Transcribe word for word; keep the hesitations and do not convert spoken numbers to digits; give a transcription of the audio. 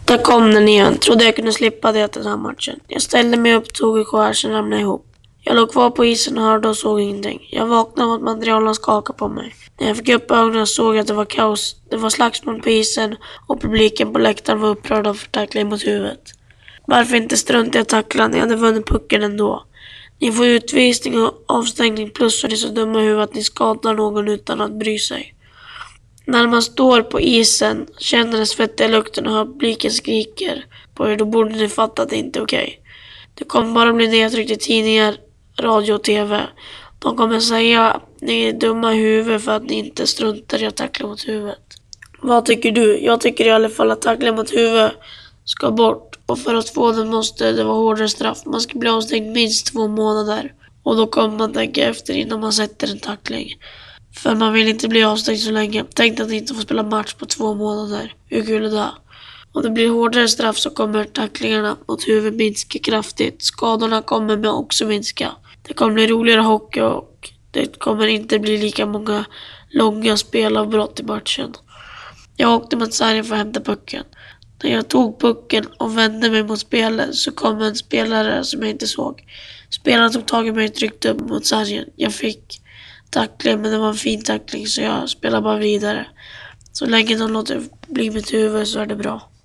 Där kom den igen. Trodde jag kunde slippa det den här matchen. Jag ställde mig upp, tog i skärsen och ramlade ihop. Jag låg kvar på isen och hörde och såg ingenting. Jag vaknade av att materialen skakade på mig. När jag fick upp ögonen såg jag att det var kaos. Det var slagsmål på isen och publiken på läktaren var upprörd av tackling mot huvudet. Varför inte strunta i att tackla när jag hade vunnit pucken ändå? Ni får utvisning och avstängning plus så är ni så dumma i huvudet att ni skadar någon utan att bry sig. När man står på isen, känner den svettiga lukten och hör publiken skriker på er, då borde ni fatta att det inte är okej. Det kommer bara bli nedtryckt i tidningar, radio och tv. De kommer säga att ni är dumma i huvudet för att ni inte struntar i att tackla mot huvudet. Vad tycker du? Jag tycker i alla fall att tackla mot huvudet ska bort. Och för att få den måste det vara hårdare straff. Man ska bli avstängd minst två månader. Och då kommer man tänka efter innan man sätter en tackling. För man vill inte bli avstängd så länge. Tänk att inte få spela match på två månader. Hur kul är det? Om det blir hårdare straff så kommer tacklingarna mot huvudet minska kraftigt. Skadorna kommer med också minska. Det kommer bli roligare hockey och det kommer inte bli lika många långa spelavbrott i matchen. Jag åkte mot sargen för att hämta pucken. När jag tog pucken och vände mig mot spelet så kom en spelare som jag inte såg. Spelaren tog tag i mig och tryckte upp mot sargen. Jag fick tackling, men det var en fin tackling så jag spelade bara vidare. Så länge de låter bli mitt huvud så är det bra.